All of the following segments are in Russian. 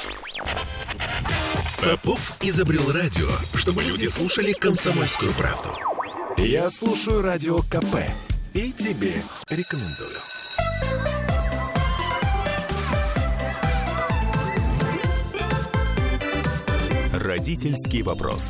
Попов изобрел радио, чтобы люди слушали «Комсомольскую правду». Я слушаю Радио КП и тебе рекомендую. Родительский вопрос.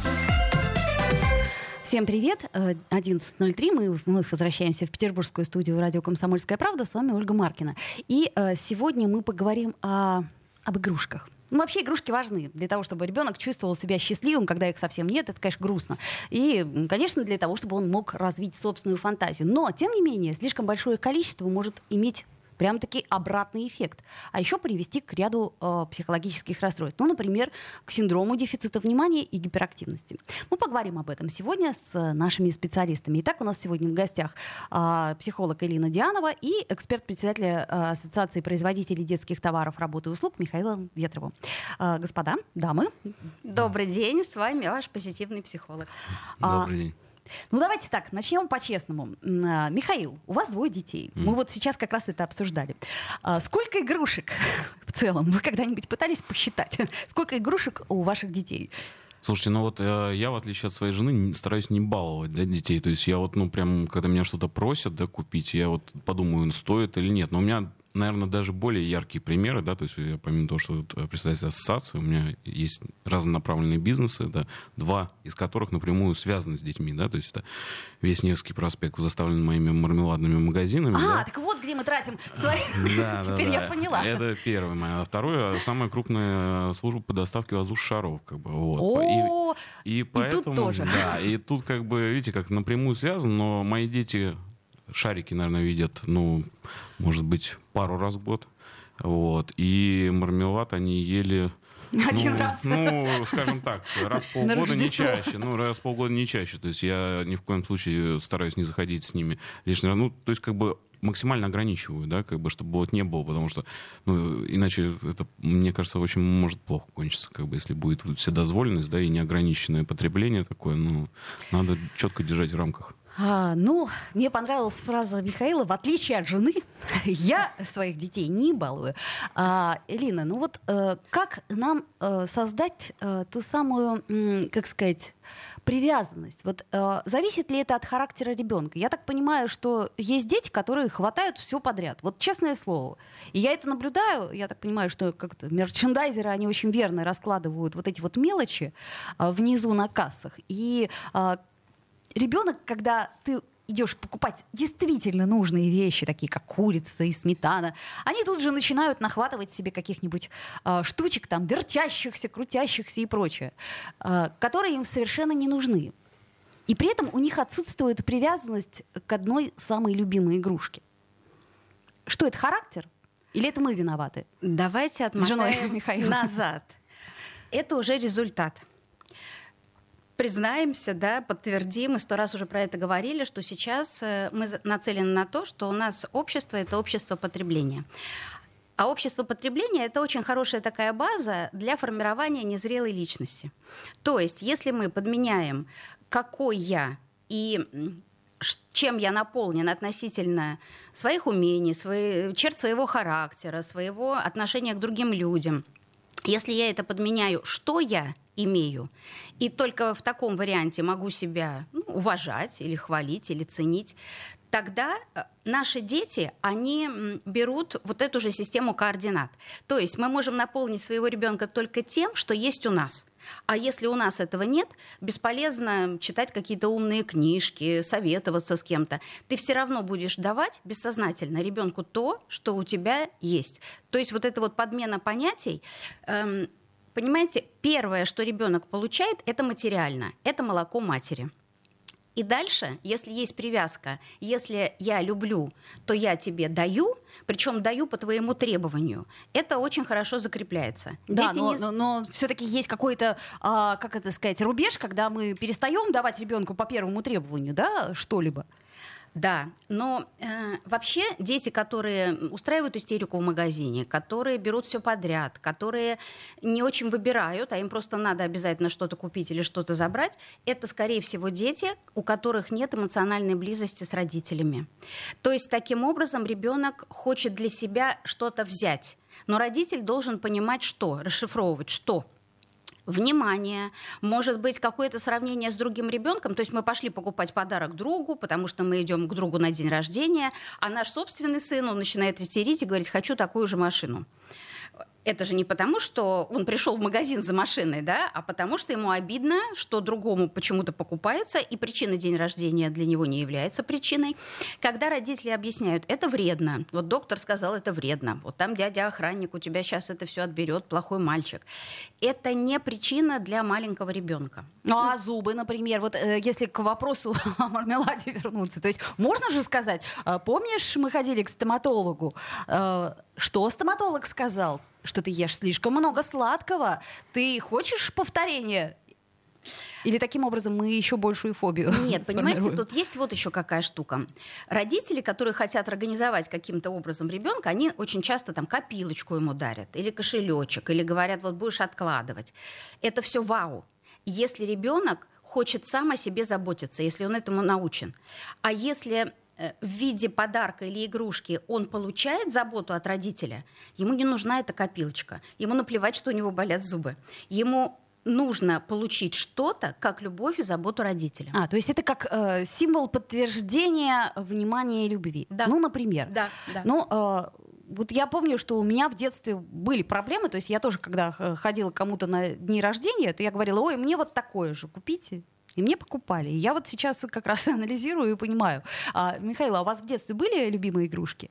Всем привет. 11:03. Мы вновь возвращаемся в петербургскую студию радио «Комсомольская правда». С вами Ольга Маркина. И сегодня мы поговорим об игрушках. Ну, вообще игрушки важны для того, чтобы ребенок чувствовал себя счастливым, когда их совсем нет. Это, конечно, грустно. И, конечно, для того, чтобы он мог развить собственную фантазию. Но, тем не менее, слишком большое количество может иметь прям-таки обратный эффект. А еще привести к ряду психологических расстройств. Ну, например, к синдрому дефицита внимания и гиперактивности. Мы поговорим об этом сегодня с нашими специалистами. Итак, у нас сегодня в гостях психолог Элина Дианова и эксперт-председатель Ассоциации производителей детских товаров, работы и услуг Михаила Ветрова. Господа, дамы. Добрый день, с вами ваш позитивный психолог. Добрый день. Ну, давайте так, начнем по-честному. Михаил, у вас 2 детей. Мы вот сейчас как раз это обсуждали. Сколько игрушек в целом? Вы когда-нибудь пытались посчитать? Сколько игрушек у ваших детей? Слушайте, ну вот я, в отличие от своей жены, стараюсь не баловать, да, детей. То есть я вот, прям, когда меня что-то просят, да, купить, я вот подумаю, стоит или нет. Но у меня, наверное, даже более яркие примеры, да, то есть я, помимо того, что представитель ассоциации, у меня есть разнонаправленные бизнесы, да, 2 из которых напрямую связаны с детьми, да, то есть это весь Невский проспект заставлен моими мармеладными магазинами. Да. Так вот где мы тратим свои... Теперь я поняла. Это первое мое. А второе, самая крупная служба по доставке воздушных шаров, как бы, вот. И поэтому, тут тоже. Да, и тут, как бы, видите, как напрямую связано, но мои дети шарики, наверное, видят, может быть, пару раз в год. Вот. И мармелад они ели... Один раз. Скажем так, раз в полгода не чаще. Раз в полгода не чаще. То есть я ни в коем случае стараюсь не заходить с ними лишний раз. То есть, как бы, максимально ограничиваю, да, как бы, чтобы вот не было, потому что, иначе это, мне кажется, очень может плохо кончиться, как бы, если будет вседозволенность, да, и неограниченное потребление такое, надо четко держать в рамках. Мне понравилась фраза Михаила: в отличие от жены, я своих детей не балую. Элина, как нам создать ту самую, как сказать, привязанность? Вот зависит ли это от характера ребенка? Я так понимаю, что есть дети, которые хватают все подряд. Вот честное слово. И я это наблюдаю. Я так понимаю, что как-то мерчендайзеры, они очень верно раскладывают вот эти вот мелочи внизу на кассах. И ребенок, когда ты идешь покупать действительно нужные вещи, такие как курица и сметана, они тут же начинают нахватывать себе каких-нибудь штучек, там, вертящихся, крутящихся и прочее, которые им совершенно не нужны. И при этом у них отсутствует привязанность к одной самой любимой игрушке. Что это, характер? Или это мы виноваты? Давайте отмотаем назад. Это уже результат. Признаемся, да, подтвердим, мы 100 раз уже про это говорили, что сейчас мы нацелены на то, что у нас общество — это общество потребления. А общество потребления — это очень хорошая такая база для формирования незрелой личности. То есть, если мы подменяем, какой я и чем я наполнен относительно своих умений, черт своего характера, своего отношения к другим людям, если я это подменяю, что я имею, и только в таком варианте могу себя уважать или хвалить, или ценить, тогда наши дети, они берут вот эту же систему координат. То есть мы можем наполнить своего ребенка только тем, что есть у нас. А если у нас этого нет, бесполезно читать какие-то умные книжки, советоваться с кем-то. Ты все равно будешь давать бессознательно ребенку то, что у тебя есть. То есть вот эта вот подмена понятий, понимаете, первое, что ребенок получает, это материально, это молоко матери. И дальше, если есть привязка, если я люблю, то я тебе даю, причем даю по твоему требованию, это очень хорошо закрепляется. Да, но все-таки есть какой-то, как это сказать, рубеж, когда мы перестаем давать ребенку по первому требованию, да, что-либо. Да, но вообще дети, которые устраивают истерику в магазине, которые берут все подряд, которые не очень выбирают, а им просто надо обязательно что-то купить или что-то забрать, это, скорее всего, дети, у которых нет эмоциональной близости с родителями. То есть таким образом ребенок хочет для себя что-то взять. Но родитель должен понимать, что, расшифровывать, что. Внимание, может быть, какое-то сравнение с другим ребенком. То есть мы пошли покупать подарок другу, потому что мы идем к другу на день рождения, а наш собственный сын, он начинает истерить и говорить: хочу такую же машину. Это же не потому, что он пришел в магазин за машиной, да, а потому что ему обидно, что другому почему-то покупается, и причина день рождения для него не является причиной. Когда родители объясняют: это вредно, вот доктор сказал, это вредно, вот там дядя-охранник у тебя сейчас это все отберет, плохой мальчик. Это не причина для маленького ребенка. Ну а зубы, например, вот если к вопросу о мармеладе вернуться, то есть можно же сказать: помнишь, мы ходили к стоматологу, что стоматолог сказал? Что ты ешь слишком много сладкого. Ты хочешь повторения? Или таким образом мы еще большую фобию Нет, понимаете, тут есть вот еще какая штука. Родители, которые хотят организовать каким-то образом ребенка, они очень часто там копилочку ему дарят, или кошелечек, или говорят: вот будешь откладывать. Это все вау. Если ребенок хочет сам о себе заботиться, если он этому научен. А если в виде подарка или игрушки он получает заботу от родителя, ему не нужна эта копилочка. Ему наплевать, что у него болят зубы. Ему нужно получить что-то, как любовь и заботу родителя. То есть это как символ подтверждения внимания и любви. Да. Ну, например. Да. Ну, вот я помню, что у меня в детстве были проблемы. То есть я тоже, когда ходила к кому-то на дни рождения, то я говорила: ой, мне вот такое же купите. И мне покупали. И я вот сейчас как раз анализирую и понимаю. Михаил, а у вас в детстве были любимые игрушки?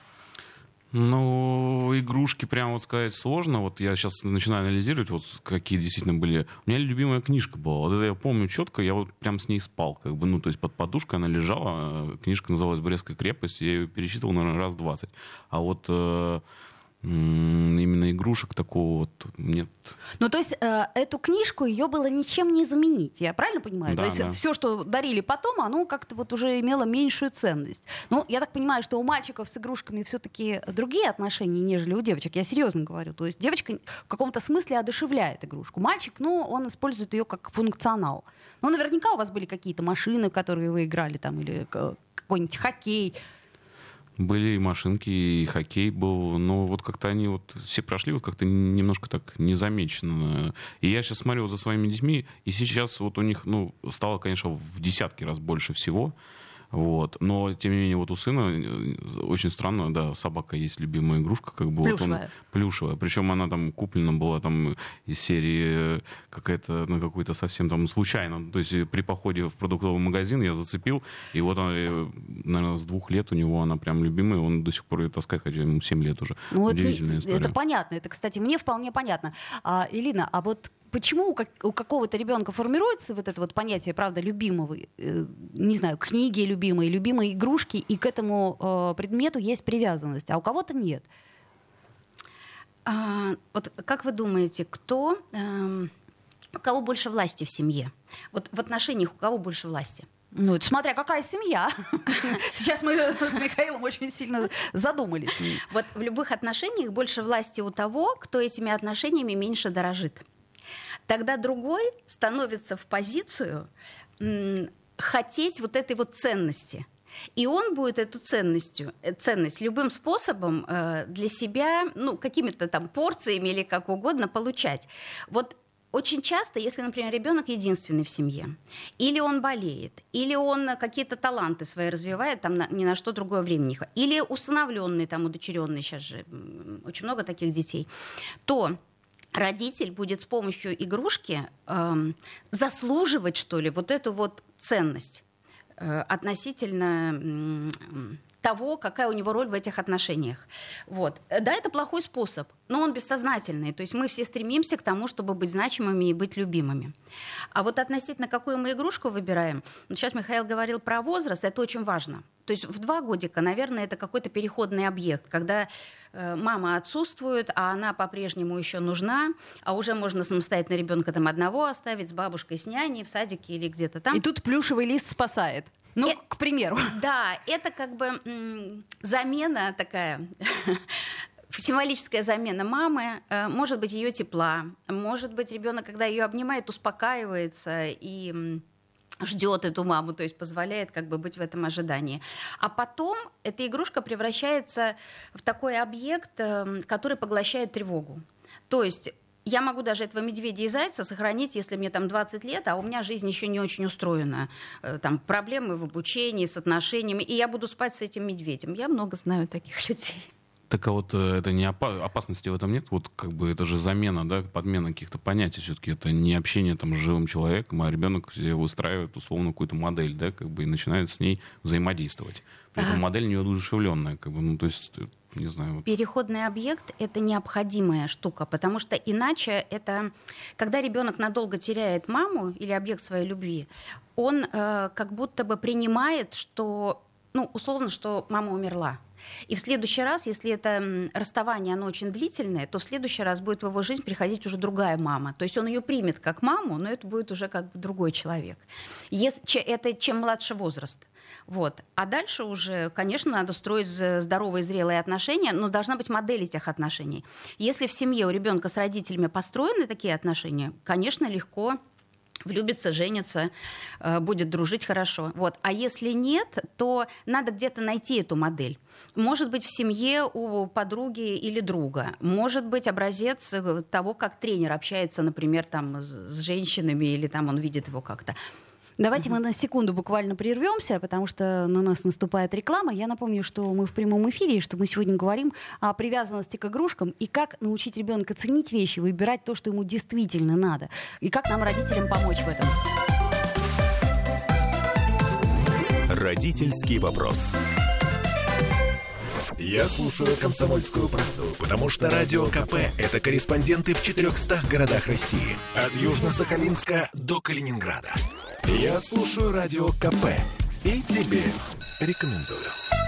Ну, игрушки, прямо вот сказать, сложно. Вот я сейчас начинаю анализировать, вот какие действительно были. У меня любимая книжка была. Вот это я помню четко, я вот прям с ней спал. Как бы, ну, то есть под подушкой она лежала. Книжка называлась «Брестская крепость». Я ее перечитывал, наверное, раз 20. А вот именно игрушек такого вот нет. Ну, то есть эту книжку, ее было ничем не заменить, я правильно понимаю? Да, то есть да. все, что дарили потом, оно как-то вот уже имело меньшую ценность. Ну, я так понимаю, что у мальчиков с игрушками все-таки другие отношения, нежели у девочек. Я серьезно говорю. То есть девочка в каком-то смысле одушевляет игрушку. Мальчик, ну, он использует ее как функционал. Ну, наверняка у вас были какие-то машины, в которые вы играли, там, или какой-нибудь хоккей. Были и машинки, и хоккей был, но вот как-то они вот все прошли вот как-то немножко так незамеченно. И я сейчас смотрю за своими детьми, и сейчас вот у них, ну, стало, конечно, в десятки раз больше всего. Вот. Но, тем не менее, вот у сына очень странно, да, собака есть любимая игрушка, как бы Плюшевая. Вот он, плюшевая. Причем она там куплена была там из серии какая-то, ну, какой-то совсем там случайно. То есть при походе в продуктовый магазин я зацепил, и вот она, наверное, с 2 лет у него она прям любимая, он до сих пор ее таскает, хотя ему 7 лет уже. Ну, Удивительная история. Это понятно. Это, кстати, мне вполне понятно. Элина, а вот почему у какого-то ребенка формируется вот это вот понятие, правда, любимого, не знаю, книги любимые, любимые игрушки, и к этому предмету есть привязанность, а у кого-то нет? Вот как вы думаете, у кого больше власти в семье? Вот в отношениях у кого больше власти? Ну, это смотря какая семья. Сейчас мы с Михаилом очень сильно задумались. Вот в любых отношениях больше власти у того, кто этими отношениями меньше дорожит. Тогда другой становится в позицию хотеть вот этой вот ценности. И он будет эту ценность любым способом для себя, ну, какими-то там порциями или как угодно получать. Вот очень часто, если, например, ребенок единственный в семье, или он болеет, или он какие-то таланты свои развивает, там ни на что другое времени не хватает, или усыновленный, там удочеренный, сейчас же очень много таких детей, то родитель будет с помощью игрушки заслуживать, что ли, вот эту вот ценность относительно того, какая у него роль в этих отношениях. Вот. Да, это плохой способ, но он бессознательный. То есть мы все стремимся к тому, чтобы быть значимыми и быть любимыми. А вот относительно какую мы игрушку выбираем, вот сейчас Михаил говорил про возраст, это очень важно. То есть в 2 годика, наверное, это какой-то переходный объект, когда мама отсутствует, а она по-прежнему еще нужна, а уже можно самостоятельно ребенка там одного оставить с бабушкой, с няней в садике или где-то там. И тут плюшевый лист спасает. Ну, к примеру. Да, это как бы замена такая, символическая замена мамы, может быть, ее тепла, может быть, ребенок, когда ее обнимает, успокаивается и ждет эту маму, то есть позволяет как бы быть в этом ожидании. А потом эта игрушка превращается в такой объект, который поглощает тревогу. То есть я могу даже этого медведя и зайца сохранить, если мне там 20 лет, а у меня жизнь еще не очень устроена. Там проблемы в обучении, с отношениями, и я буду спать с этим медведем. Я много знаю таких людей. Так а вот это не опасности в этом нет? Вот как бы это же замена, да, подмена каких-то понятий все-таки. Это не общение там с живым человеком, а ребенок себе выстраивает условно какую-то модель, да, как бы и начинает с ней взаимодействовать. При этом модель неодушевленная, как бы, ну то есть, не знаю. Вот. Переходный объект — это необходимая штука, потому что иначе это, когда ребенок надолго теряет маму или объект своей любви, он как будто бы принимает, что, ну, условно, что мама умерла. И в следующий раз, если это расставание, оно очень длительное, то в следующий раз будет в его жизнь приходить уже другая мама. То есть он ее примет как маму, но это будет уже как бы другой человек. Это чем младше возраст. Вот. А дальше уже, конечно, надо строить здоровые, зрелые отношения, но должна быть модель этих отношений. Если в семье у ребенка с родителями построены такие отношения, конечно, легко влюбится, женится, будет дружить хорошо. Вот. А если нет, то надо где-то найти эту модель. Может быть, в семье у подруги или друга. Может быть, образец того, как тренер общается, например, там, с женщинами, или там он видит его как-то. Давайте мы на секунду буквально прервемся, потому что на нас наступает реклама. Я напомню, что мы в прямом эфире, и что мы сегодня говорим о привязанности к игрушкам и как научить ребенка ценить вещи, выбирать то, что ему действительно надо, и как нам, родителям, помочь в этом. Родительский вопрос. Я слушаю «Комсомольскую правду», потому что Радио КП — это корреспонденты в 400 городах России. От Южно-Сахалинска до Калининграда. Я слушаю Радио КП и тебе рекомендую.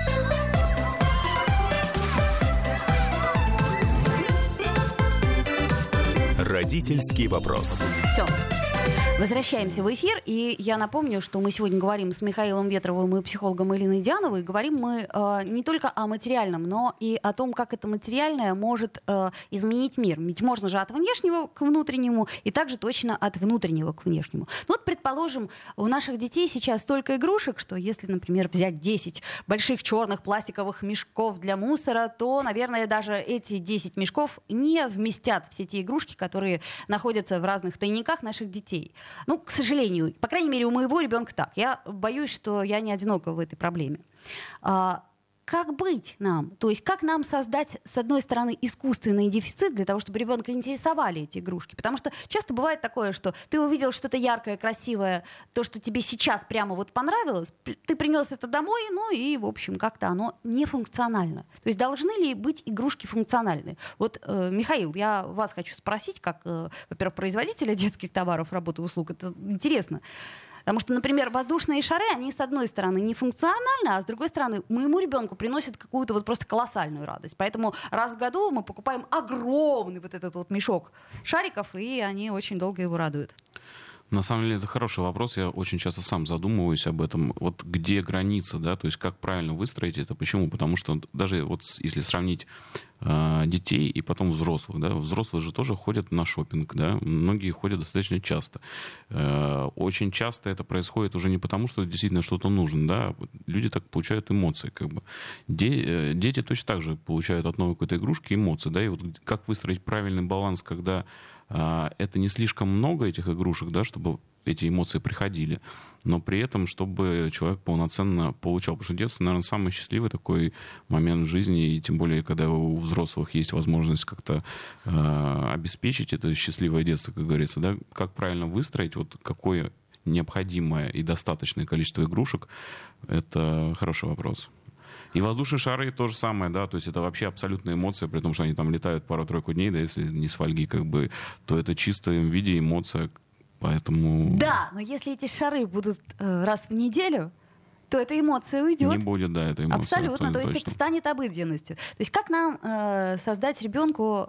Родительский вопрос. Все. Возвращаемся в эфир, и я напомню, что мы сегодня говорим с Михаилом Ветровым и психологом Элиной Диановой. Говорим мы не только о материальном, но и о том, как это материальное может изменить мир. Ведь можно же от внешнего к внутреннему, и также точно от внутреннего к внешнему. Ну, вот, предположим, у наших детей сейчас столько игрушек, что если, например, взять 10 больших черных пластиковых мешков для мусора, то, наверное, даже эти 10 мешков не вместят все те игрушки, которые находятся в разных тайниках наших детей. Ну, к сожалению, по крайней мере, у моего ребенка так. Я боюсь, что я не одинока в этой проблеме. Как быть нам? То есть как нам создать, с одной стороны, искусственный дефицит для того, чтобы ребенка интересовали эти игрушки? Потому что часто бывает такое, что ты увидел что-то яркое, красивое, то, что тебе сейчас прямо вот понравилось, ты принес это домой, ну и, в общем, как-то оно не функционально. То есть должны ли быть игрушки функциональные? Вот, Михаил, я вас хочу спросить, как, во-первых, производителя детских товаров, работы и услуг, это интересно. Потому что, например, воздушные шары, они, с одной стороны, не функциональны, а с другой стороны, моему ребенку приносят какую-то вот просто колоссальную радость. Поэтому раз в году мы покупаем огромный вот этот вот мешок шариков, и они очень долго его радуют. На самом деле это хороший вопрос, я очень часто сам задумываюсь об этом. Вот где граница, да, то есть как правильно выстроить это, почему? Потому что даже вот если сравнить детей и потом взрослых, да, взрослые же тоже ходят на шопинг, да, многие ходят достаточно часто. Очень часто это происходит уже не потому, что действительно что-то нужно, да, люди так получают эмоции, как бы. Дети точно так же получают от новой какой-то игрушки эмоции, да, и вот как выстроить правильный баланс, когда это не слишком много этих игрушек, да, чтобы эти эмоции приходили, но при этом, чтобы человек полноценно получал. Потому что детство, наверное, самый счастливый такой момент в жизни, и тем более, когда у взрослых есть возможность как-то обеспечить это счастливое детство, как говорится, да, как правильно выстроить, вот какое необходимое и достаточное количество игрушек, это хороший вопрос. И воздушные шары то же самое, да, то есть это вообще абсолютная эмоция, при том, что они там летают пару-тройку дней, да, если не с фольги, как бы, то это в чистом виде эмоция, поэтому... Да, но если эти шары будут раз в неделю, то эта эмоция уйдет. Не будет, да, эта эмоция. Абсолютно, то есть точно. это станет обыденностью. То есть как нам создать ребенку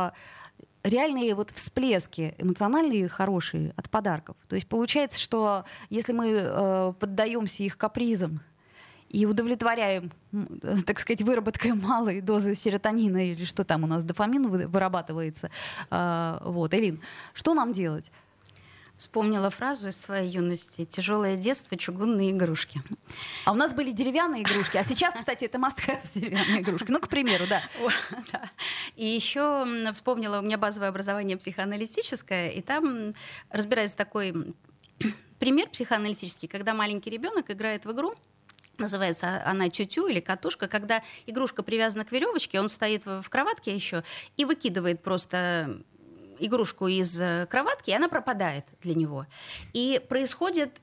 реальные вот всплески эмоциональные, хорошие от подарков? То есть получается, что если мы поддаемся их капризам, и удовлетворяем, так сказать, выработкой малой дозы серотонина или что там у нас, дофамин вырабатывается. Вот. Элин, что нам делать? В Вспомнила фразу из своей юности: «Тяжелое детство, чугунные игрушки». А у нас были деревянные игрушки, а сейчас, кстати, это must-have деревянные игрушки. Ну, к примеру, да. Да. И еще вспомнила, у меня базовое образование психоаналитическое, и там разбирается такой пример психоаналитический, когда маленький ребенок играет в игру. Называется она тю-тю или катушка, когда игрушка привязана к веревочке, он стоит в кроватке еще и выкидывает просто игрушку из кроватки, и она пропадает для него. И происходит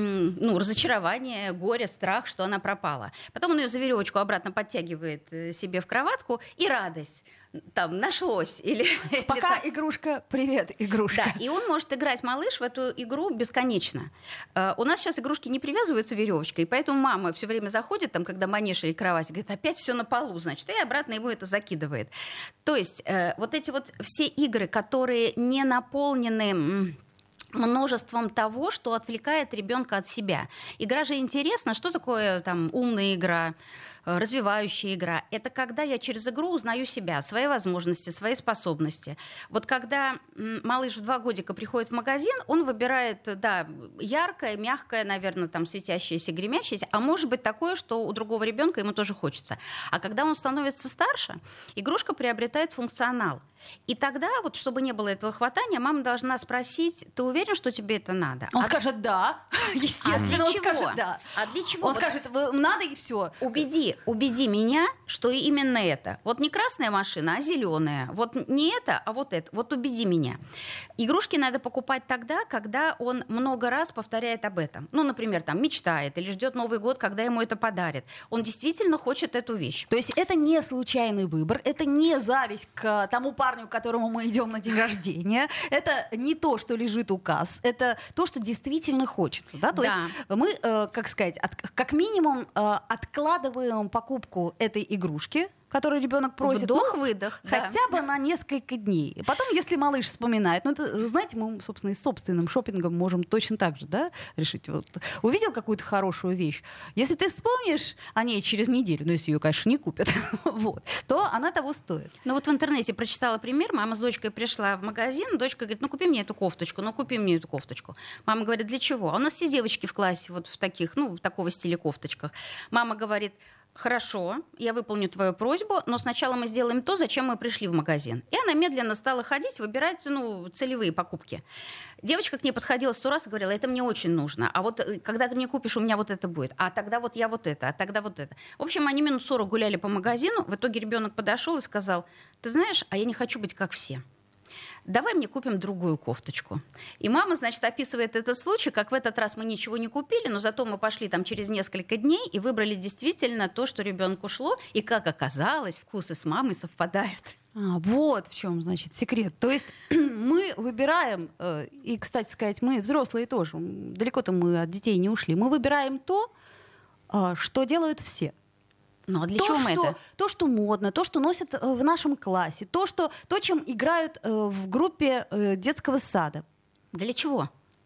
разочарование, горе, страх, что она пропала. Потом он ее за веревочку обратно подтягивает себе в кроватку, и радость. Там нашлось. Пока игрушка, привет, игрушка. Да, и он может играть, малыш, в эту игру бесконечно. У нас сейчас игрушки не привязываются веревочкой, поэтому мама все время заходит, там, когда манеж или кровать, говорит, опять все на полу, значит, и обратно ему это закидывает. То есть вот эти вот все игры, которые не наполнены множеством того, что отвлекает ребенка от себя. Игра же интересна. Что такое там умная игра, развивающая игра? Это когда я через игру узнаю себя, свои возможности, свои способности. Вот когда малыш в 2 годика приходит в магазин, он выбирает, да, яркое, мягкое, наверное, там светящееся, гремящееся, а может быть такое, что у другого ребенка ему тоже хочется. А когда он становится старше, игрушка приобретает функционал. И тогда, вот, чтобы не было этого хватания, мама должна спросить: ты уверен, что тебе это надо? Он скажет «да», естественно, он скажет «да». А для чего? Он скажет «надо» и все. Убеди меня, что именно это. Вот не красная машина, а зеленая. Вот не это, а вот это. Вот убеди меня. Игрушки надо покупать тогда, когда он много раз повторяет об этом. Ну, например, там мечтает или ждет Новый год, когда ему это подарят. Он действительно хочет эту вещь. То есть это не случайный выбор, это не зависть к тому парню, к которому мы идем на день рождения. Это не то, что лежит указ, это то, что действительно хочется. Да? То есть мы, как сказать, как минимум откладываем покупку этой игрушки, который ребенок просит. Вдох-выдох. Хотя бы на несколько дней. И потом, если малыш вспоминает, ну это, знаете, мы, собственно, и с собственным шопингом можем точно так же, да, решить. Вот, увидел какую-то хорошую вещь, если ты вспомнишь о ней через неделю, ну если ее, конечно, не купят, вот, то она того стоит. Ну вот в интернете прочитала пример, мама с дочкой пришла в магазин, дочка говорит, ну купи мне эту кофточку, Мама говорит, для чего? А у нас все девочки в классе вот в таких, ну, такого стиля кофточках. Мама говорит, хорошо, я выполню твою просьбу, но сначала мы сделаем то, зачем мы пришли в магазин. И она медленно стала ходить, выбирать, целевые покупки. Девочка к ней подходила 100 раз и говорила, это мне очень нужно. А вот когда ты мне купишь, у меня вот это будет. А тогда вот я вот это, а тогда вот это. В общем, они минут 40 гуляли по магазину. В итоге ребенок подошел и сказал, ты знаешь, а я не хочу быть как все. Давай мне купим другую кофточку. И мама, значит, описывает этот случай, как в этот раз мы ничего не купили, но зато мы пошли там через несколько дней и выбрали действительно то, что ребенку шло, и, как оказалось, вкусы с мамой совпадают. Вот в чем, значит, секрет. То есть мы выбираем, и, кстати сказать, мы взрослые тоже, далеко-то мы от детей не ушли, мы выбираем то, что делают все. Ну, а для чего мы это? То, что модно, то, что носят в нашем классе, то, чем играют в группе детского сада. Для чего?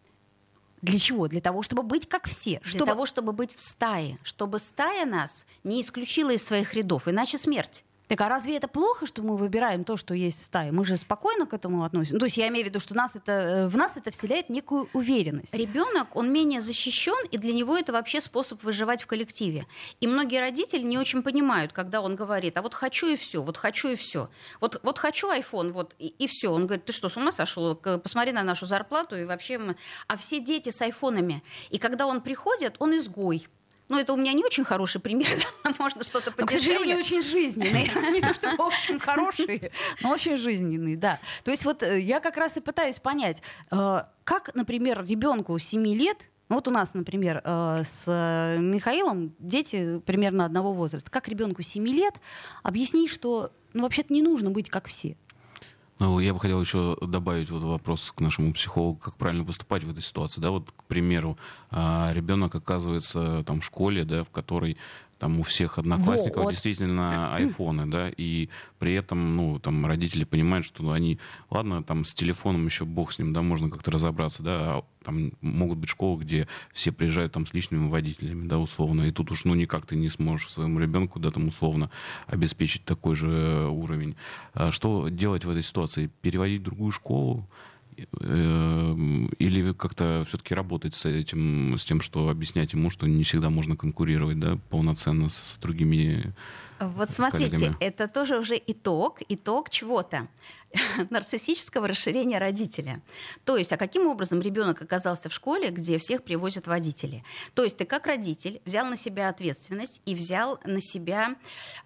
Для чего? Для того, чтобы быть как все. Для того, чтобы быть в стае. Чтобы стая нас не исключила из своих рядов, иначе смерть. Так а разве это плохо, что мы выбираем то, что есть в стае? Мы же спокойно к этому относимся. То есть я имею в виду, что в нас это вселяет некую уверенность. Ребенок, он менее защищен, и для него это вообще способ выживать в коллективе. И многие родители не очень понимают, когда он говорит, а вот хочу и все, вот хочу и все. Вот хочу iPhone, вот и все. Он говорит, ты что, с ума сошел? Посмотри на нашу зарплату и вообще... А все дети с айфонами. И когда он приходит, он изгой. Ну, это у меня не очень хороший пример, можно что-то подешевле. Но, к сожалению, очень жизненный. Не то чтобы очень хороший, но очень жизненный, да. То есть вот я как раз и пытаюсь понять, как, например, ребенку 7 лет, вот у нас, например, с Михаилом дети примерно одного возраста, как ребенку 7 лет объяснить, что вообще-то не нужно быть как все? Ну, я бы хотел еще добавить вот вопрос к нашему психологу, как правильно поступать в этой ситуации. Да, вот, к примеру, ребенок оказывается там в школе, да, в которой там у всех одноклассников действительно айфоны, да, и при этом, там родители понимают, что они, ладно, там с телефоном еще бог с ним, да, можно как-то разобраться, да, а там могут быть школы, где все приезжают там с личными водителями, да, условно, и тут уж, никак ты не сможешь своему ребенку, да, там, условно, обеспечить такой же уровень. Что делать в этой ситуации? Переводить в другую школу? Или как-то все-таки работать с этим, с тем, что объяснять ему, что не всегда можно конкурировать, да, полноценно с другими Вот смотрите, коллегами? это тоже уже итог чего-то. Нарциссического расширения родителя. То есть, а каким образом ребенок оказался в школе, где всех привозят водители? То есть ты как родитель взял на себя ответственность и взял на себя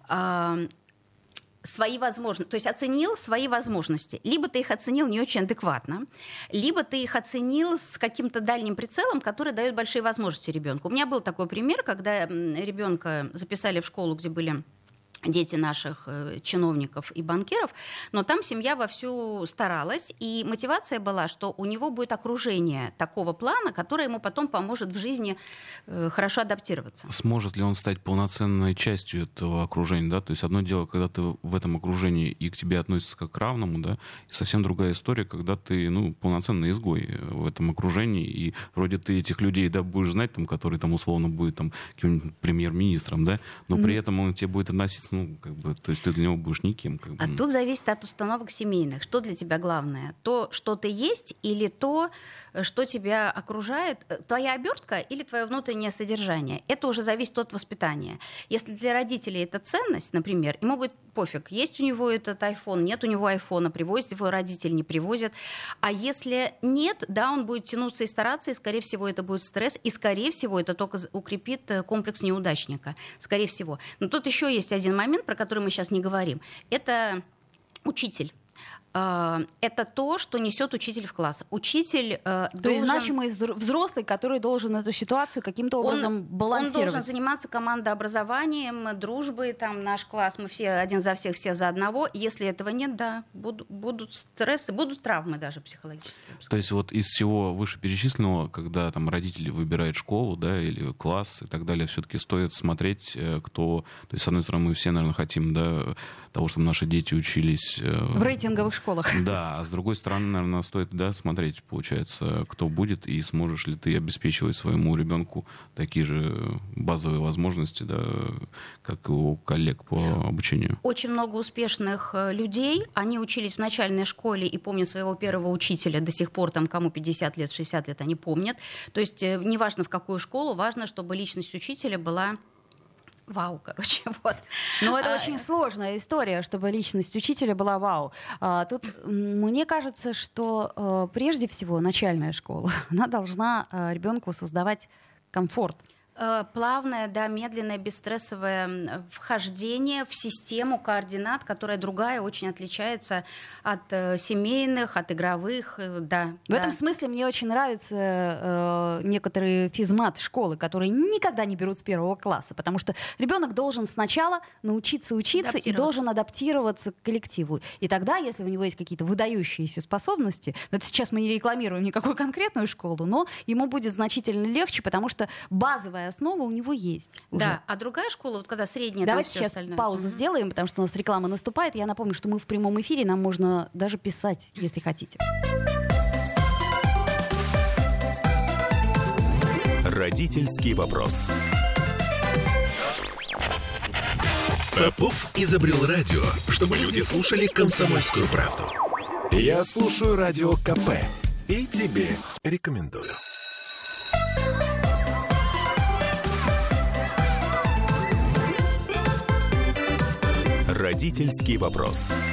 свои возможности, то есть оценил свои возможности. Либо ты их оценил не очень адекватно, либо ты их оценил с каким-то дальним прицелом, который дает большие возможности ребенку. У меня был такой пример, когда ребенка записали в школу, где были дети наших чиновников и банкиров, но там семья вовсю старалась, и мотивация была, что у него будет окружение такого плана, которое ему потом поможет в жизни хорошо адаптироваться. Сможет ли он стать полноценной частью этого окружения, да? То есть одно дело, когда ты в этом окружении и к тебе относятся как к равному, да, и совсем другая история, когда ты, полноценный изгой в этом окружении, и вроде ты этих людей, да, будешь знать, там, который там условно будет там каким-нибудь премьер-министром, да, но при этом он к тебе будет относиться, то есть ты для него будешь никем. А тут зависит от установок семейных. Что для тебя главное? То, что ты есть, или то, что тебя окружает? Твоя обертка или твое внутреннее содержание? Это уже зависит от воспитания. Если для родителей это ценность, например, ему будет пофиг, есть у него этот iPhone, нет у него айфона, привозит его родитель, не привозит. А если нет, да, он будет тянуться и стараться, и, скорее всего, это будет стресс, и, скорее всего, это только укрепит комплекс неудачника. Скорее всего. Но тут еще есть один момент, про который мы сейчас не говорим. Это учитель. Это то, что несет учитель в класс. Учитель То есть значимый взрослый, который должен эту ситуацию каким-то образом балансировать. Он должен заниматься командообразованием, дружбой. Там наш класс, мы все один за всех, все за одного. Если этого нет, да, будут стрессы, будут травмы даже психологические. То есть вот из всего вышеперечисленного, когда там родители выбирают школу, да, или класс и так далее, все-таки стоит смотреть, кто... То есть, с одной стороны, мы все, наверное, хотим, да, того, чтобы наши дети учились... В рейтинговых школах. Да, а с другой стороны, наверное, стоит, да, смотреть, получается, кто будет, и сможешь ли ты обеспечивать своему ребенку такие же базовые возможности, да, как и у коллег по обучению. Очень много успешных людей, они учились в начальной школе и помнят своего первого учителя до сих пор, там, кому 50 лет, 60 лет, они помнят. То есть неважно, в какую школу, важно, чтобы личность учителя была... Вау, короче, вот. Но это очень сложная история, чтобы личность учителя была вау. Тут мне кажется, что прежде всего начальная школа, она должна ребенку создавать комфорт. Плавное, да, медленное, бесстрессовое вхождение в систему координат, которая другая, очень отличается от семейных, от игровых, да. В этом смысле мне очень нравятся некоторые физмат-школы, которые никогда не берут с первого класса, потому что ребенок должен сначала научиться учиться и должен адаптироваться к коллективу. И тогда, если у него есть какие-то выдающиеся способности, это сейчас мы не рекламируем никакую конкретную школу, но ему будет значительно легче, потому что базовая основа у него есть. Да, уже. А другая школа, вот когда средняя, давайте там все сейчас остальное. Паузу сделаем, потому что у нас реклама наступает. Я напомню, что мы в прямом эфире, нам можно даже писать, если хотите. Родительский вопрос. Попов изобрел радио, чтобы люди слушали комсомольскую правду. Я слушаю радио КП и тебе рекомендую. Родительский вопрос.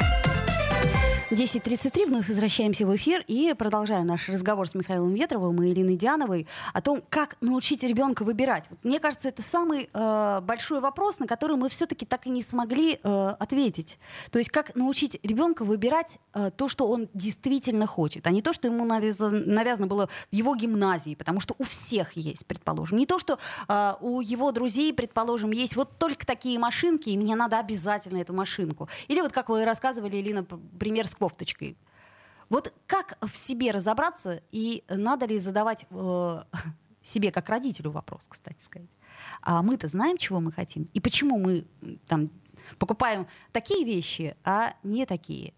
10:33, вновь возвращаемся в эфир и продолжаем наш разговор с Михаилом Ветровым и Ириной Диановой о том, как научить ребенка выбирать. Вот, мне кажется, это самый большой вопрос, на который мы все-таки так и не смогли ответить. То есть как научить ребенка выбирать то, что он действительно хочет, а не то, что ему навязано было в его гимназии, потому что у всех есть, предположим. Не то, что у его друзей, предположим, есть вот только такие машинки, и мне надо обязательно эту машинку. Или вот как вы рассказывали, Элина, пример с кофточкой. Вот как в себе разобраться, и надо ли задавать себе как родителю вопрос, кстати сказать. А мы-то знаем, чего мы хотим, и почему мы там покупаем такие вещи, а не такие.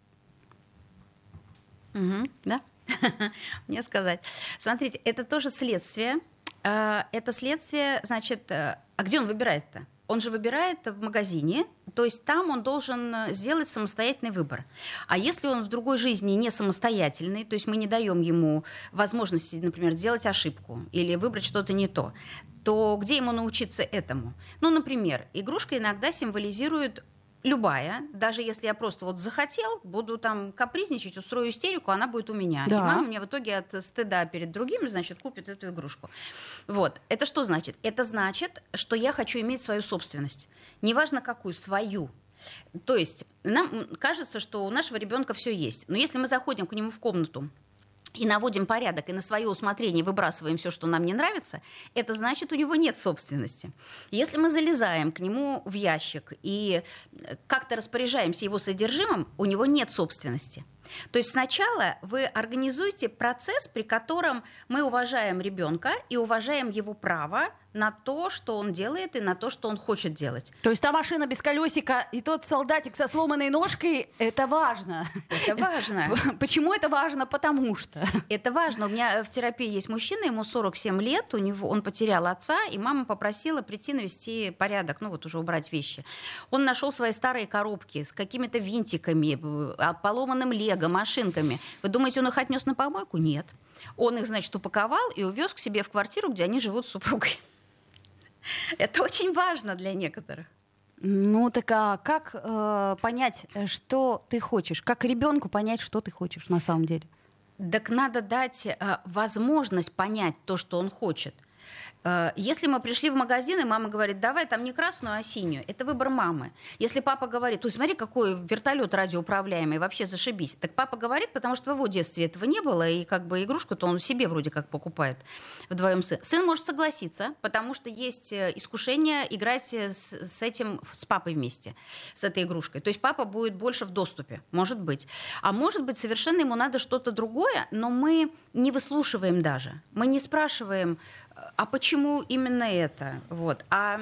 Да, мне сказать. Смотрите, это тоже следствие. Это следствие, значит, а где он выбирает-то? Он же выбирает в магазине, то есть там он должен сделать самостоятельный выбор. А если он в другой жизни не самостоятельный, то есть мы не даем ему возможности, например, сделать ошибку или выбрать что-то не то где ему научиться этому? Ну, например, игрушка иногда символизирует любая, даже если я просто вот захотел, буду там капризничать, устрою истерику, она будет у меня. Да. И мама мне в итоге от стыда перед другими, значит, купит эту игрушку. Вот. Это что значит? Это значит, что я хочу иметь свою собственность. Неважно какую, свою. То есть нам кажется, что у нашего ребенка все есть. Но если мы заходим к нему в комнату и наводим порядок, и на свое усмотрение выбрасываем все, что нам не нравится, это значит, у него нет собственности. Если мы залезаем к нему в ящик и как-то распоряжаемся его содержимым, у него нет собственности. То есть сначала вы организуете процесс, при котором мы уважаем ребенка и уважаем его право на то, что он делает, и на то, что он хочет делать. То есть та машина без колесика и тот солдатик со сломанной ножкой — это важно. Это важно. Почему это важно? Потому что. Это важно. У меня в терапии есть мужчина, ему 47 лет, он потерял отца, и мама попросила прийти навести порядок, ну вот уже убрать вещи. Он нашел свои старые коробки с какими-то винтиками, поломанным лего, машинками. Вы думаете, он их отнес на помойку? Нет. Он их, значит, упаковал и увез к себе в квартиру, где они живут с супругой. Это очень важно для некоторых. Ну так а как понять, что ты хочешь? Как ребенку понять, что ты хочешь на самом деле? Так надо дать возможность понять то, что он хочет. Если мы пришли в магазин, и мама говорит, давай там не красную, а синюю, это выбор мамы. Если папа говорит, ой, смотри, какой вертолет радиоуправляемый, вообще зашибись. Так папа говорит, потому что в его детстве этого не было, и как бы игрушку-то он себе вроде как покупает вдвоем сын. Сын может согласиться, потому что есть искушение играть с папой вместе, с этой игрушкой. То есть папа будет больше в доступе, может быть. А может быть, совершенно ему надо что-то другое, но мы не выслушиваем даже. Мы не спрашиваем, а почему именно это? Вот. А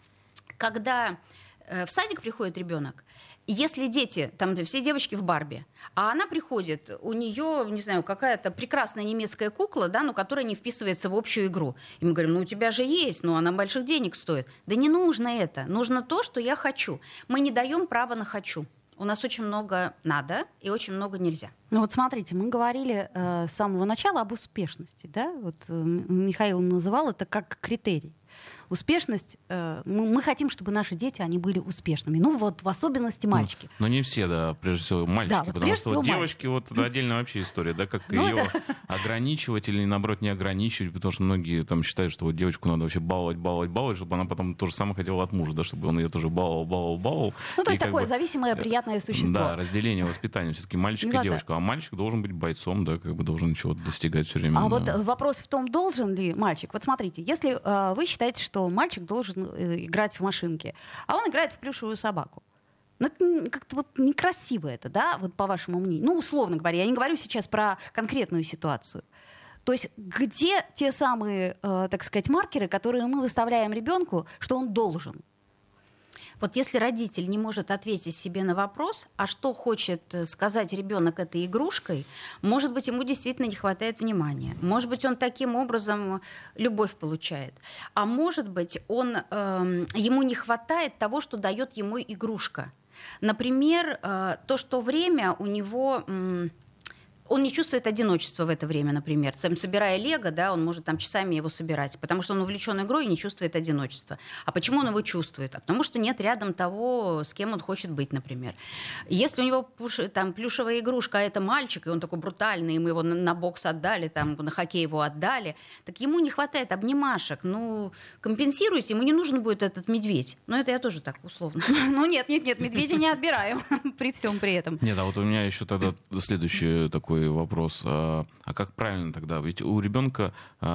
когда в садик приходит ребенок, если дети, там все девочки в Барби, а она приходит, у нее, не знаю, какая-то прекрасная немецкая кукла, да, но которая не вписывается в общую игру. И мы говорим, ну у тебя же есть, но она больших денег стоит. Да не нужно это, нужно то, что я хочу. Мы не даем права на «хочу». У нас очень много надо и очень много нельзя. Ну вот смотрите, мы говорили с самого начала об успешности, да? Вот Михаил называл это как критерий. Успешность, мы хотим, чтобы наши дети, они были успешными. Ну вот в особенности мальчики. Но не все, да, прежде всего мальчики. Да, вот потому что вот девочки, вот это отдельная вообще история, да, как ее ограничивать или наоборот не ограничивать, потому что многие там считают, что вот девочку надо вообще баловать, чтобы она потом то же самое хотела от мужа, да, чтобы он ее тоже баловал. Ну то есть такое зависимое, приятное существо. Да, разделение воспитания, все-таки мальчик и девочка. А мальчик должен быть бойцом, да, как бы должен чего-то достигать все время. А вот вопрос в том, должен ли мальчик. Вот смотрите, если вы считаете, что мальчик должен играть в машинки, а он играет в плюшевую собаку. Ну, это как-то вот некрасиво это, да, вот по вашему мнению. Ну, условно говоря, я не говорю сейчас про конкретную ситуацию. То есть где те самые, так сказать, маркеры, которые мы выставляем ребенку, что он должен? Вот если родитель не может ответить себе на вопрос, а что хочет сказать ребенок этой игрушкой, может быть, ему действительно не хватает внимания. Может быть, он таким образом любовь получает. А может быть, ему не хватает того, что дает ему игрушка. Например, то, что время у него... Он не чувствует одиночества в это время, например. Собирая лего, да, он может там часами его собирать, потому что он увлечен игрой и не чувствует одиночества. А почему он его чувствует? А потому что нет рядом того, с кем он хочет быть, например. Если у него там плюшевая игрушка, а это мальчик, и он такой брутальный, и мы его на бокс отдали, там, на хоккей его отдали, так ему не хватает обнимашек. Ну, компенсируйте, ему не нужен будет этот медведь. Но это я тоже так условно. Ну нет, медведя не отбираем при всем при этом. Нет, а вот у меня еще тогда следующий такой вопрос. А как правильно тогда? Ведь у ребенка,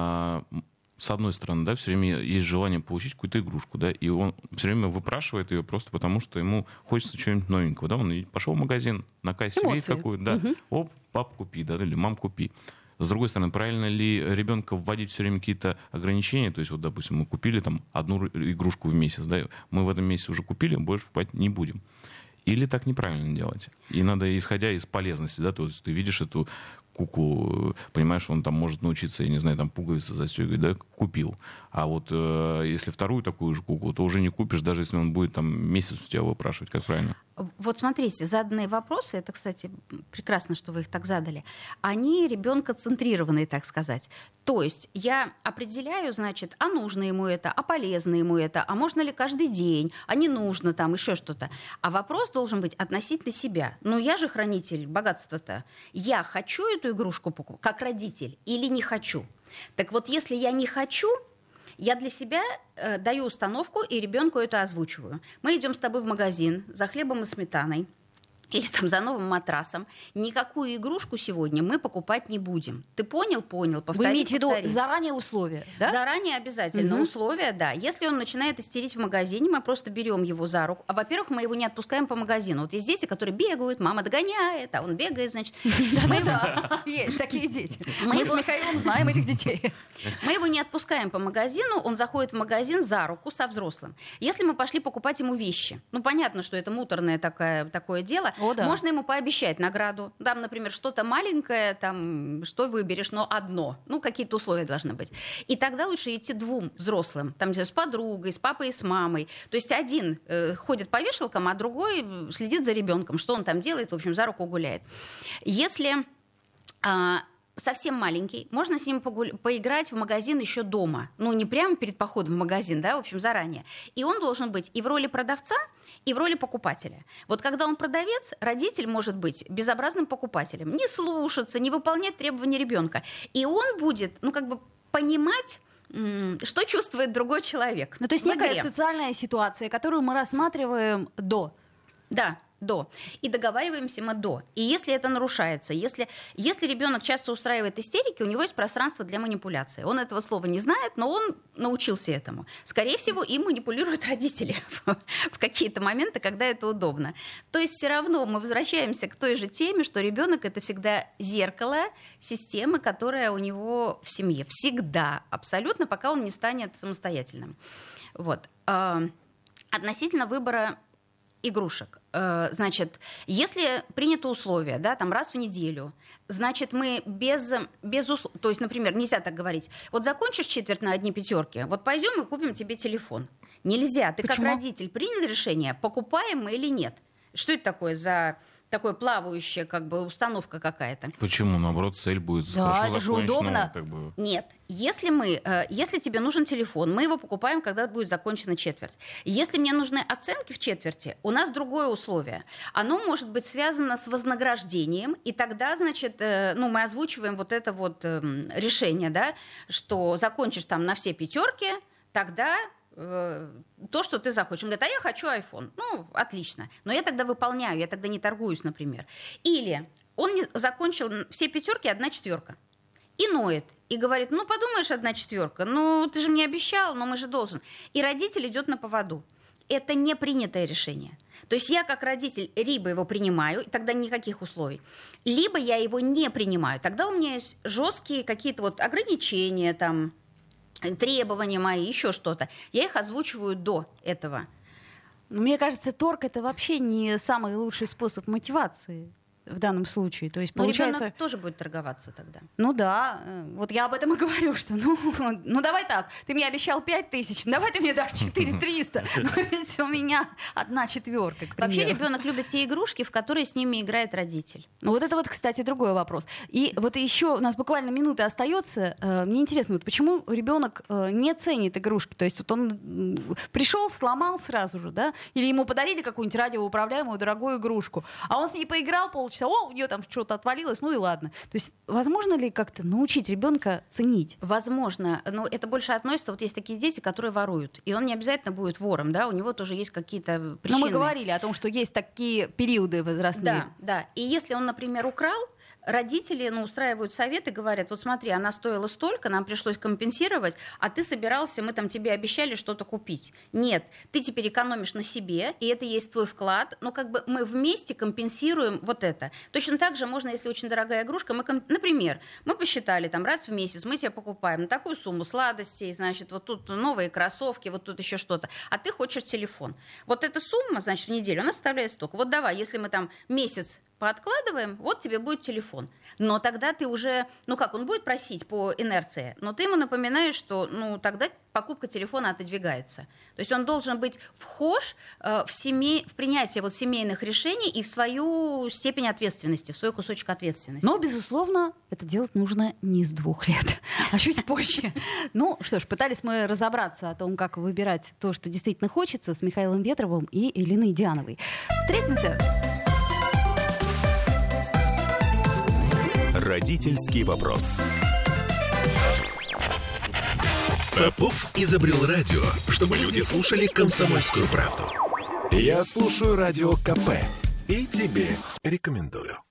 с одной стороны, да, все время есть желание получить какую-то игрушку, да, и он все время выпрашивает ее просто потому, что ему хочется чего-нибудь новенького. Да? Он пошел в магазин, на кассе видит какую-то, да, оп, пап, купи, да, или мам, купи. С другой стороны, правильно ли ребенка вводить все время какие-то ограничения? То есть, вот, допустим, мы купили там одну игрушку в месяц, да, мы в этом месяце уже купили, больше покупать не будем. Или так неправильно делать? И надо, исходя из полезности, да, то есть ты видишь эту куклу, понимаешь, он там может научиться, я не знаю, там пуговицы застегивать, да, купил. А вот если вторую такую же куклу, то уже не купишь, даже если он будет там месяц у тебя выпрашивать, как правильно? Вот смотрите, заданные вопросы, это, кстати, прекрасно, что вы их так задали, они ребенкоцентрированные, так сказать. То есть я определяю, значит, а нужно ему это, а полезно ему это, а можно ли каждый день, а не нужно там еще что-то. А вопрос должен быть относительно себя. Ну, я же хранитель богатства-то. Я хочу эту игрушку покупать, как родитель, или не хочу? Так вот, если я не хочу, я для себя даю установку и ребенку это озвучиваю. Мы идем с тобой в магазин за хлебом и сметаной или там за новым матрасом. Никакую игрушку сегодня мы покупать не будем. Ты понял? Понял. Повтори, Вы имеете в виду повтори. заранее условия, да? Заранее обязательно условия, да. Если он начинает истерить в магазине, мы просто берем его за руку. А, во-первых, мы его не отпускаем по магазину. Вот есть дети, которые бегают, мама догоняет, а он бегает, значит. Да, есть такие дети. Мы с Михаилом знаем этих детей. Мы его не отпускаем по магазину, он заходит в магазин за руку со взрослым. Если мы пошли покупать ему вещи, ну, понятно, что это муторное такое дело, О, да. можно ему пообещать награду. Там, например, что-то маленькое, там, что выберешь, но одно. Ну, какие-то условия должны быть. И тогда лучше идти двум взрослым, там, с подругой, с папой и с мамой. То есть один ходит по вешалкам, а другой следит за ребенком, что он там делает, в общем, за руку гуляет. Если совсем маленький, можно с ним поиграть в магазин еще дома. Ну, не прямо перед походом в магазин, да, в общем, заранее. И он должен быть и в роли продавца, и в роли покупателя. Вот когда он продавец, родитель может быть безобразным покупателем, не слушаться, не выполнять требования ребенка. И он будет, ну, как бы понимать, что чувствует другой человек. Ну, то есть некая социальная ситуация, которую мы рассматриваем до. Да. До. И договариваемся мы до. И если это нарушается, если ребенок часто устраивает истерики, у него есть пространство для манипуляции. Он этого слова не знает, но он научился этому. Скорее всего, им манипулируют родители в какие-то моменты, когда это удобно. То есть все равно мы возвращаемся к той же теме, что ребенок — это всегда зеркало системы, которая у него в семье. Всегда, абсолютно, пока он не станет самостоятельным. Вот. Относительно выбора игрушек. Значит, если принято условие, да, там раз в неделю, значит, мы без условий, то есть, например, нельзя так говорить, вот закончишь четверть на одни пятерки, вот пойдем и купим тебе телефон. Нельзя. Ты Почему? как родитель принял решение, покупаем мы или нет. Что это такое за такое плавающая как бы установка какая-то? Почему? Наоборот, цель будет Да, хорошо это же закончена, удобно. как бы. Нет. Если тебе нужен телефон, мы его покупаем, когда будет закончена четверть. Если мне нужны оценки в четверти, у нас другое условие. Оно может быть связано с вознаграждением, и тогда, значит, мы озвучиваем вот это вот решение, да, что закончишь там на все пятерки, тогда то, что ты захочешь. Он говорит, а я хочу iPhone. Ну, отлично. Но я тогда выполняю, я тогда не торгуюсь, например. Или он не закончил все пятерки, 1/4. И ноет. И говорит, ну, подумаешь, 1/4. Ну, ты же мне обещал, но мы же должен. И родитель идет на поводу. Это не принятое решение. То есть я как родитель либо его принимаю, и тогда никаких условий, либо я его не принимаю. Тогда у меня есть жесткие какие-то вот ограничения, там, требования мои, еще что-то. Я их озвучиваю до этого. Мне кажется, торг — это вообще не самый лучший способ мотивации в данном случае. То есть, Но получается... ребенок тоже будет торговаться тогда. Ну да, вот я об этом и говорю, что ну давай так, ты мне обещал 5000, давай ты мне дашь 4300, но ведь у меня 1/4, к примеру. Вообще ребенок любит те игрушки, в которые с ними играет родитель. Ну вот это вот, кстати, другой вопрос. И вот еще у нас буквально минута остается. Мне интересно, вот почему ребенок не ценит игрушки? То есть вот он пришел, сломал сразу же, да? Или ему подарили какую-нибудь радиоуправляемую дорогую игрушку, а он с ней поиграл полчаса, у нее там что-то отвалилось, ну и ладно. То есть возможно ли как-то научить ребенка ценить? Возможно, но это больше относится, вот есть такие дети, которые воруют, и он не обязательно будет вором, да, у него тоже есть какие-то причины. Но мы говорили о том, что есть такие периоды возрастные. Да. И если он, например, украл, родители устраивают совет и говорят, вот смотри, она стоила столько, нам пришлось компенсировать, а ты собирался, мы там тебе обещали что-то купить. Нет, ты теперь экономишь на себе, и это есть твой вклад, но как бы мы вместе компенсируем вот это. Точно так же можно, если очень дорогая игрушка, например, мы посчитали, там раз в месяц мы тебе покупаем на такую сумму сладостей, значит, вот тут новые кроссовки, вот тут еще что-то, а ты хочешь телефон. Вот эта сумма, значит, в неделю, она составляет столько. Вот давай, если мы там месяц пооткладываем, вот тебе будет телефон. Но тогда ты уже, он будет просить по инерции, но ты ему напоминаешь, что, тогда покупка телефона отодвигается. То есть он должен быть вхож в принятие семейных решений и в свою степень ответственности, в свой кусочек ответственности. Но, безусловно, это делать нужно не с 2 лет, а чуть позже. Ну что ж, пытались мы разобраться о том, как выбирать то, что действительно хочется, с Михаилом Ветровым и Элиной Диановой. Встретимся! Родительский вопрос. Попов изобрел радио, чтобы люди слушали «Комсомольскую правду». Я слушаю Радио КП и тебе рекомендую.